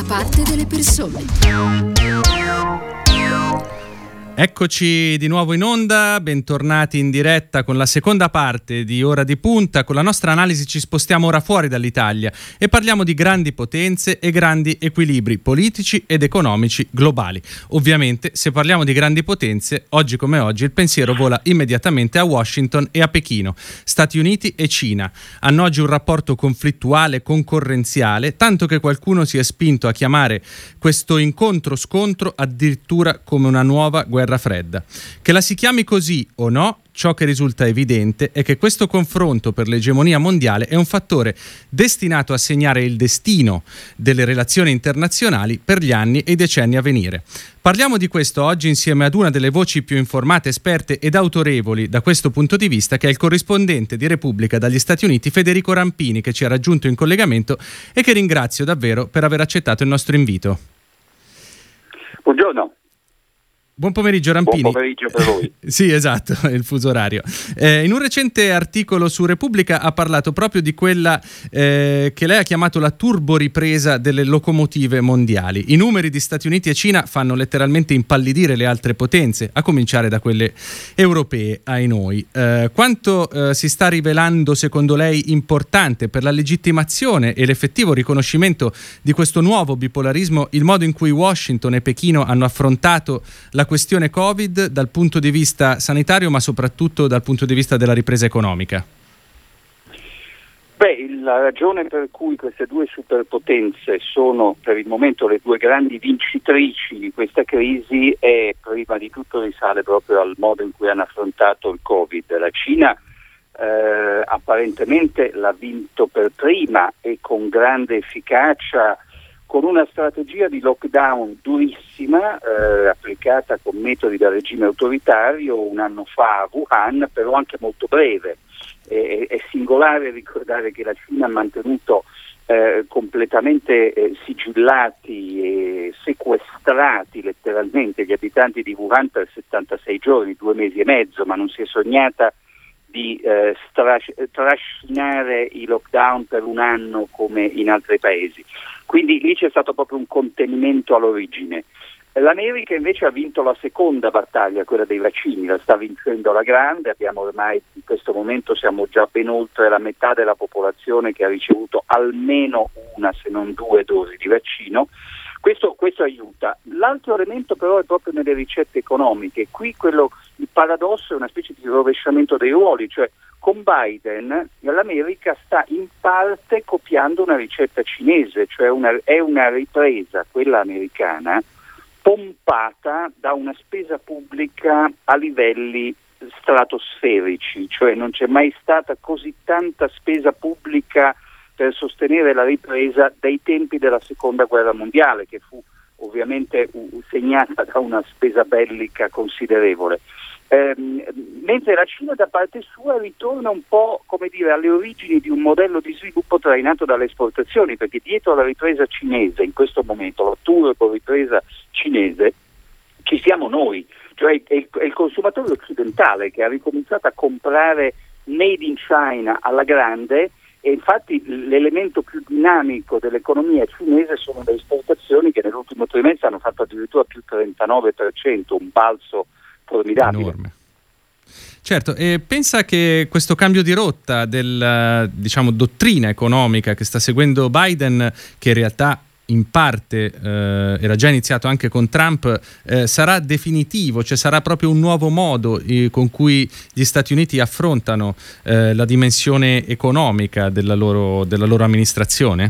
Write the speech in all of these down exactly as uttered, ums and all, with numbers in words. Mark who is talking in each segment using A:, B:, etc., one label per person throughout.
A: parte delle persone.
B: Eccoci di nuovo in onda, bentornati in diretta con la seconda parte di Ora di Punta. Con la nostra analisi ci spostiamo ora fuori dall'Italia e parliamo di grandi potenze e grandi equilibri politici ed economici globali. Ovviamente, se parliamo di grandi potenze, oggi come oggi il pensiero vola immediatamente a Washington e a Pechino. Stati Uniti e Cina hanno oggi un rapporto conflittuale, concorrenziale, tanto che qualcuno si è spinto a chiamare questo incontro-scontro addirittura come una nuova guerra fredda. Che la si chiami così o no, ciò che risulta evidente è che questo confronto per l'egemonia mondiale è un fattore destinato a segnare il destino delle relazioni internazionali per gli anni e i decenni a venire. Parliamo di questo oggi insieme ad una delle voci più informate, esperte ed autorevoli da questo punto di vista, che è il corrispondente di Repubblica dagli Stati Uniti, Federico Rampini, che ci ha raggiunto in collegamento e che ringrazio davvero per aver accettato il nostro invito.
C: Buongiorno.
B: Buon pomeriggio Rampini.
C: Buon pomeriggio per voi.
B: Sì, esatto, il fuso orario. Eh, in un recente articolo su Repubblica ha parlato proprio di quella eh, che lei ha chiamato la turboripresa delle locomotive mondiali. I numeri di Stati Uniti e Cina fanno letteralmente impallidire le altre potenze, a cominciare da quelle europee, ai noi. Eh, quanto eh, si sta rivelando secondo lei importante per la legittimazione e l'effettivo riconoscimento di questo nuovo bipolarismo il modo in cui Washington e Pechino hanno affrontato la questione Covid dal punto di vista sanitario, ma soprattutto dal punto di vista della ripresa economica?
C: Beh, la ragione per cui queste due superpotenze sono per il momento le due grandi vincitrici di questa crisi è, prima di tutto, risale proprio al modo in cui hanno affrontato il Covid. La Cina eh, apparentemente l'ha vinto per prima e con grande efficacia, con una strategia di lockdown durissima, eh, applicata con metodi da regime autoritario un anno fa a Wuhan, però anche molto breve. Eh, è singolare ricordare che la Cina ha mantenuto eh, completamente eh, sigillati e sequestrati letteralmente gli abitanti di Wuhan per settantasei giorni, due mesi e mezzo, ma non si è sognata di eh, stras- trascinare i lockdown per un anno come in altri paesi. Quindi lì c'è stato proprio un contenimento all'origine. L'America invece ha vinto la seconda battaglia, quella dei vaccini, la sta vincendo alla grande. Abbiamo ormai, in questo momento siamo già ben oltre la metà della popolazione che ha ricevuto almeno una, se non due dosi di vaccino. Questo, questo aiuta. L'altro elemento però è proprio nelle ricette economiche. Qui quello, il paradosso è una specie di rovesciamento dei ruoli, cioè con Biden l'America sta in parte copiando una ricetta cinese, cioè una, è una ripresa, quella americana, pompata da una spesa pubblica a livelli stratosferici, cioè non c'è mai stata così tanta spesa pubblica per sostenere la ripresa dai tempi della seconda guerra mondiale, che fu ovviamente uh, segnata da una spesa bellica considerevole. Ehm, mentre la Cina da parte sua ritorna un po', come dire, alle origini di un modello di sviluppo trainato dalle esportazioni, perché dietro alla ripresa cinese, in questo momento, la turbo ripresa cinese, ci siamo noi, cioè è il, è il consumatore occidentale che ha ricominciato a comprare made in China alla grande. E infatti l'elemento più dinamico dell'economia cinese sono le esportazioni, che nell'ultimo trimestre hanno fatto addirittura più trentanove per cento, un balzo formidabile.
B: Enorme. Certo, e pensa che questo cambio di rotta della, diciamo, dottrina economica che sta seguendo Biden, che in realtà in parte eh, era già iniziato anche con Trump, eh, sarà definitivo, cioè sarà proprio un nuovo modo eh, con cui gli Stati Uniti affrontano eh, la dimensione economica della loro, della loro amministrazione?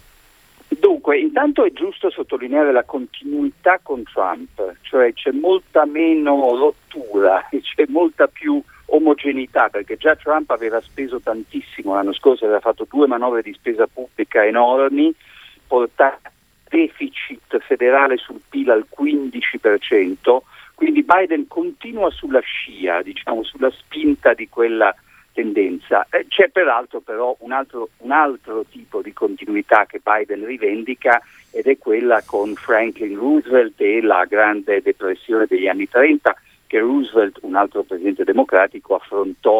C: Dunque, intanto è giusto sottolineare la continuità con Trump, cioè c'è molta meno rottura e c'è molta più omogeneità, perché già Trump aveva speso tantissimo l'anno scorso, aveva fatto due manovre di spesa pubblica enormi, portare deficit federale sul P I L al quindici per cento, quindi Biden continua sulla scia, diciamo sulla spinta di quella tendenza. Eh, c'è peraltro però un altro, un altro tipo di continuità che Biden rivendica, ed è quella con Franklin Roosevelt e la grande depressione degli anni trenta, che Roosevelt, un altro presidente democratico, affrontò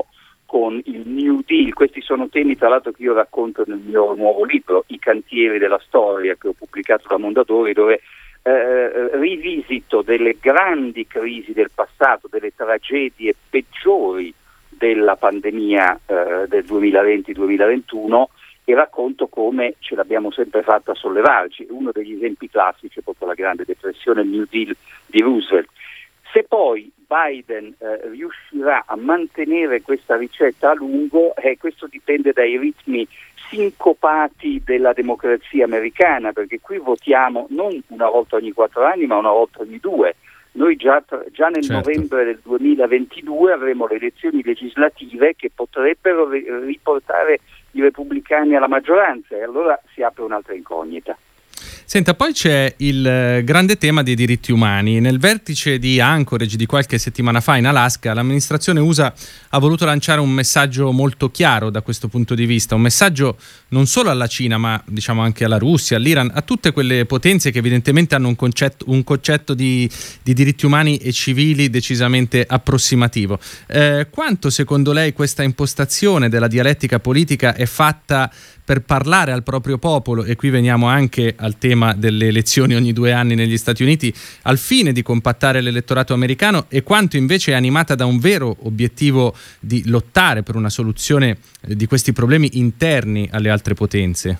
C: con il New Deal. Questi sono temi tra l'altro che io racconto nel mio nuovo libro, I cantieri della storia, che ho pubblicato da Mondadori, dove eh, rivisito delle grandi crisi del passato, delle tragedie peggiori della pandemia eh, del duemilaventi duemilaventuno, e racconto come ce l'abbiamo sempre fatta a sollevarci. Uno degli esempi classici è proprio la Grande Depressione, il New Deal di Roosevelt. Se poi Biden eh, riuscirà a mantenere questa ricetta a lungo, eh, questo dipende dai ritmi sincopati della democrazia americana, perché qui votiamo non una volta ogni quattro anni, ma una volta ogni due. Noi già, già nel
B: certo.
C: novembre del duemilaventidue avremo le elezioni legislative che potrebbero riportare i repubblicani alla maggioranza, e allora si apre un'altra incognita.
B: Senta, poi c'è il eh, grande tema dei diritti umani. Nel vertice di Anchorage di qualche settimana fa in Alaska, l'amministrazione U S A ha voluto lanciare un messaggio molto chiaro da questo punto di vista, un messaggio non solo alla Cina, ma diciamo anche alla Russia, all'Iran, a tutte quelle potenze che evidentemente hanno un concetto, un concetto di, di diritti umani e civili decisamente approssimativo. Eh, quanto secondo lei questa impostazione della dialettica politica è fatta per parlare al proprio popolo, e qui veniamo anche al tema delle elezioni ogni due anni negli Stati Uniti, al fine di compattare l'elettorato americano, e quanto invece è animata da un vero obiettivo di lottare per una soluzione di questi problemi interni alle altre potenze?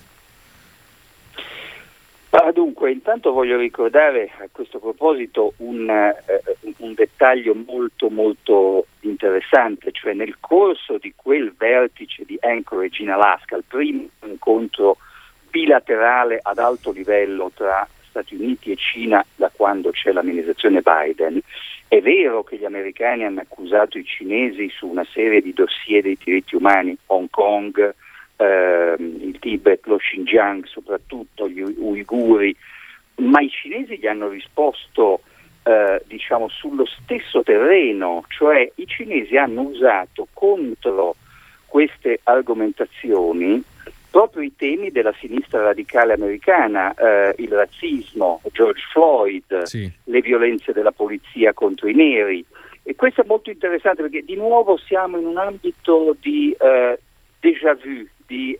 C: Ah, dunque, intanto voglio ricordare a questo proposito un, eh, un dettaglio molto molto interessante, cioè nel corso di quel vertice di Anchorage in Alaska, il primo incontro bilaterale ad alto livello tra Stati Uniti e Cina da quando c'è l'amministrazione Biden, è vero che gli americani hanno accusato i cinesi su una serie di dossier dei diritti umani, Hong Kong, Uh, il Tibet, lo Xinjiang, soprattutto gli uiguri, ma i cinesi gli hanno risposto uh, diciamo sullo stesso terreno, cioè i cinesi hanno usato contro queste argomentazioni proprio i temi della sinistra radicale americana, uh, il razzismo, George Floyd,
B: sì.
C: le violenze della polizia contro i neri, e questo è molto interessante perché di nuovo siamo in un ambito di uh, déjà vu, di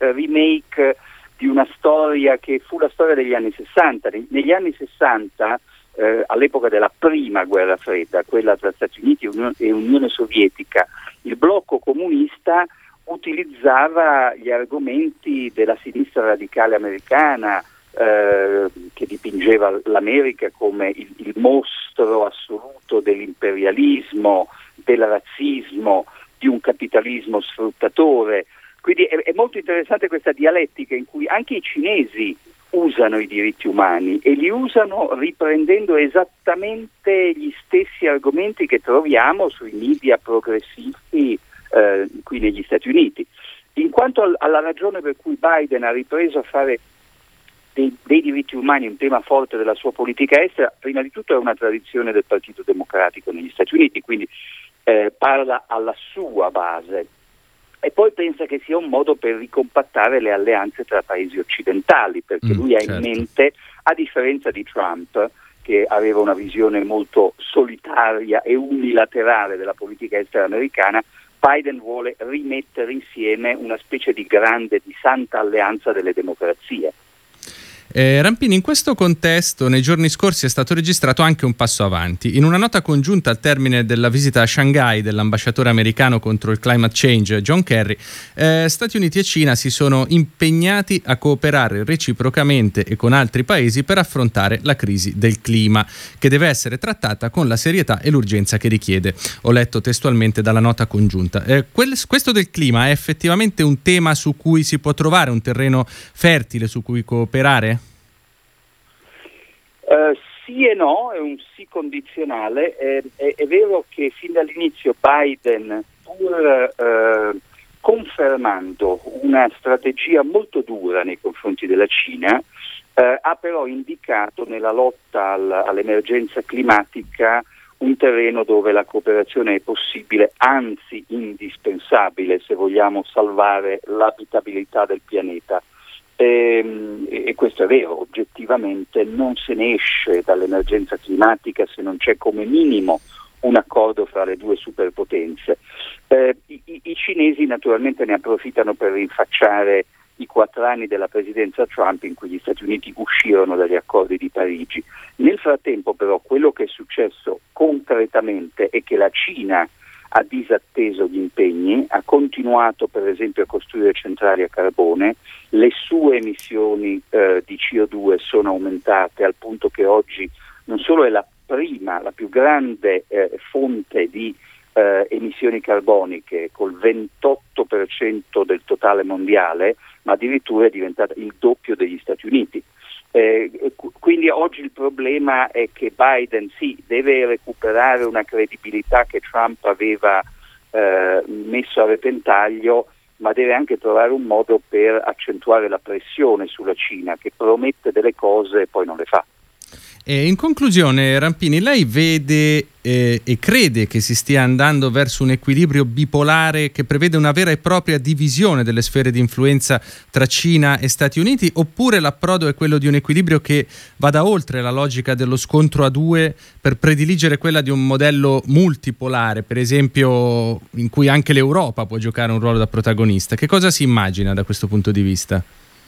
C: remake di una storia che fu la storia degli anni sessanta. Negli anni sessanta, eh, all'epoca della prima guerra fredda, quella tra Stati Uniti e Unione Sovietica, il blocco comunista utilizzava gli argomenti della sinistra radicale americana, eh, che dipingeva l'America come il, il mostro assoluto dell'imperialismo, del razzismo, di un capitalismo sfruttatore. Quindi è, è molto interessante questa dialettica in cui anche i cinesi usano i diritti umani e li usano riprendendo esattamente gli stessi argomenti che troviamo sui media progressisti eh, qui negli Stati Uniti. In quanto al, alla ragione per cui Biden ha ripreso a fare dei, dei diritti umani un tema forte della sua politica estera, prima di tutto è una tradizione del Partito Democratico negli Stati Uniti, quindi eh, parla alla sua base. E poi pensa che sia un modo per ricompattare le alleanze tra paesi occidentali, perché
B: mm,
C: lui ha
B: certo.
C: in mente, a differenza di Trump, che aveva una visione molto solitaria e unilaterale della politica estera americana, Biden vuole rimettere insieme una specie di grande, di santa alleanza delle democrazie.
B: Eh, Rampini, in questo contesto nei giorni scorsi è stato registrato anche un passo avanti. In una nota congiunta al termine della visita a Shanghai dell'ambasciatore americano contro il climate change John Kerry, eh, Stati Uniti e Cina si sono impegnati a cooperare reciprocamente e con altri paesi per affrontare la crisi del clima, che deve essere trattata con la serietà e l'urgenza che richiede. Ho letto testualmente dalla nota congiunta. Eh, quel, questo del clima è effettivamente un tema su cui si può trovare un terreno fertile su cui cooperare?
C: Uh, sì e no, è un sì condizionale. È, è, è vero che fin dall'inizio Biden, pur uh, confermando una strategia molto dura nei confronti della Cina, uh, ha però indicato nella lotta al, all'emergenza climatica un terreno dove la cooperazione è possibile, anzi indispensabile, se vogliamo salvare l'abitabilità del pianeta. E, e questo è vero, oggettivamente non se ne esce dall'emergenza climatica se non c'è come minimo un accordo fra le due superpotenze. Eh, i, i i cinesi naturalmente ne approfittano per rinfacciare i quattro anni della presidenza Trump in cui gli Stati Uniti uscirono dagli accordi di Parigi. Nel frattempo però quello che è successo concretamente è che la Cina ha disatteso gli impegni, ha continuato per esempio a costruire centrali a carbone, le sue emissioni eh, di C O due sono aumentate al punto che oggi non solo è la prima, la più grande eh, fonte di eh, emissioni carboniche col ventotto per cento del totale mondiale, ma addirittura è diventata il doppio degli Stati Uniti. Eh, quindi oggi il problema è che Biden sì, deve recuperare una credibilità che Trump aveva eh, messo a repentaglio, ma deve anche trovare un modo per accentuare la pressione sulla Cina, che promette delle cose e poi non le fa.
B: E in conclusione, Rampini, lei vede eh, e crede che si stia andando verso un equilibrio bipolare che prevede una vera e propria divisione delle sfere di influenza tra Cina e Stati Uniti, oppure l'approdo è quello di un equilibrio che vada oltre la logica dello scontro a due per prediligere quella di un modello multipolare, per esempio in cui anche l'Europa può giocare un ruolo da protagonista? Che cosa si immagina da questo punto di vista?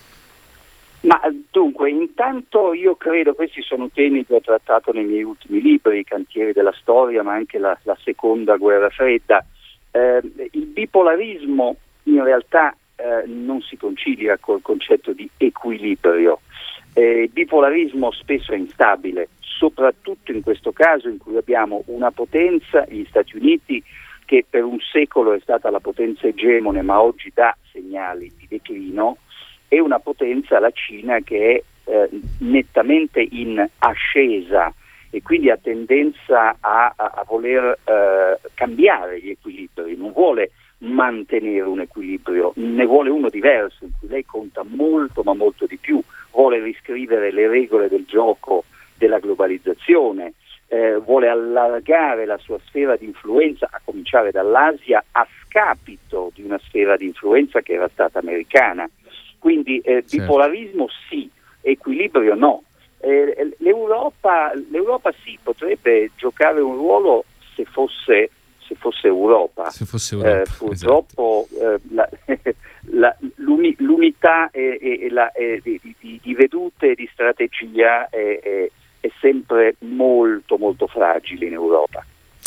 C: Ma dunque, intanto io credo, questi sono temi che ho trattato nei miei ultimi libri, I cantieri della storia, ma anche la, la seconda guerra fredda. Eh, il bipolarismo in realtà eh, non si concilia col concetto di equilibrio. Eh, il bipolarismo spesso è instabile, soprattutto in questo caso in cui abbiamo una potenza, gli Stati Uniti, che per un secolo è stata la potenza egemone, ma oggi dà segnali di declino, e una potenza, la Cina, che è eh, nettamente in ascesa e quindi ha tendenza a, a, a voler eh, cambiare gli equilibri, non vuole mantenere un equilibrio, ne vuole uno diverso in cui lei conta molto ma molto di più, vuole riscrivere le regole del gioco della globalizzazione, eh, vuole allargare la sua sfera di influenza, a cominciare dall'Asia, a scapito di una sfera di influenza che era stata americana. Quindi eh, certo. Bipolarismo sì, equilibrio no. Eh, l'Europa, l'Europa sì, potrebbe giocare un ruolo se fosse, se fosse Europa.
B: Se fosse Europa,
C: eh, purtroppo esatto. eh, la, la, l'uni, l'unità e, e, la, e, di, di, di vedute e di strategia è, è, è sempre molto molto fragile in Europa.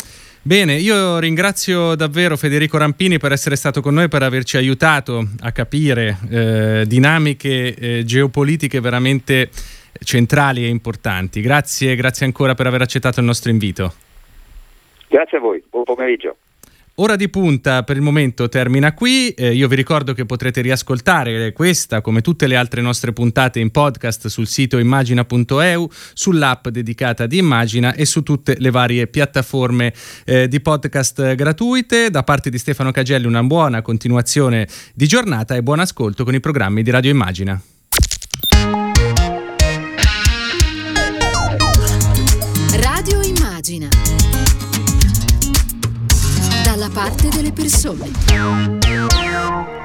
B: Bene, io ringrazio davvero Federico Rampini per essere stato con noi, per averci aiutato a capire eh, dinamiche eh, geopolitiche veramente centrali e importanti. Grazie, grazie ancora per aver accettato il nostro invito.
C: Grazie a voi, buon pomeriggio.
B: Ora di punta per il momento termina qui, eh, io vi ricordo che potrete riascoltare questa come tutte le altre nostre puntate in podcast sul sito immagina punto e u, sull'app dedicata di Immagina e su tutte le varie piattaforme eh, di podcast gratuite. Da parte di Stefano Cagelli una buona continuazione di giornata e buon ascolto con i programmi di Radio Immagina.
A: Radio Immagina. Dalla parte delle persone.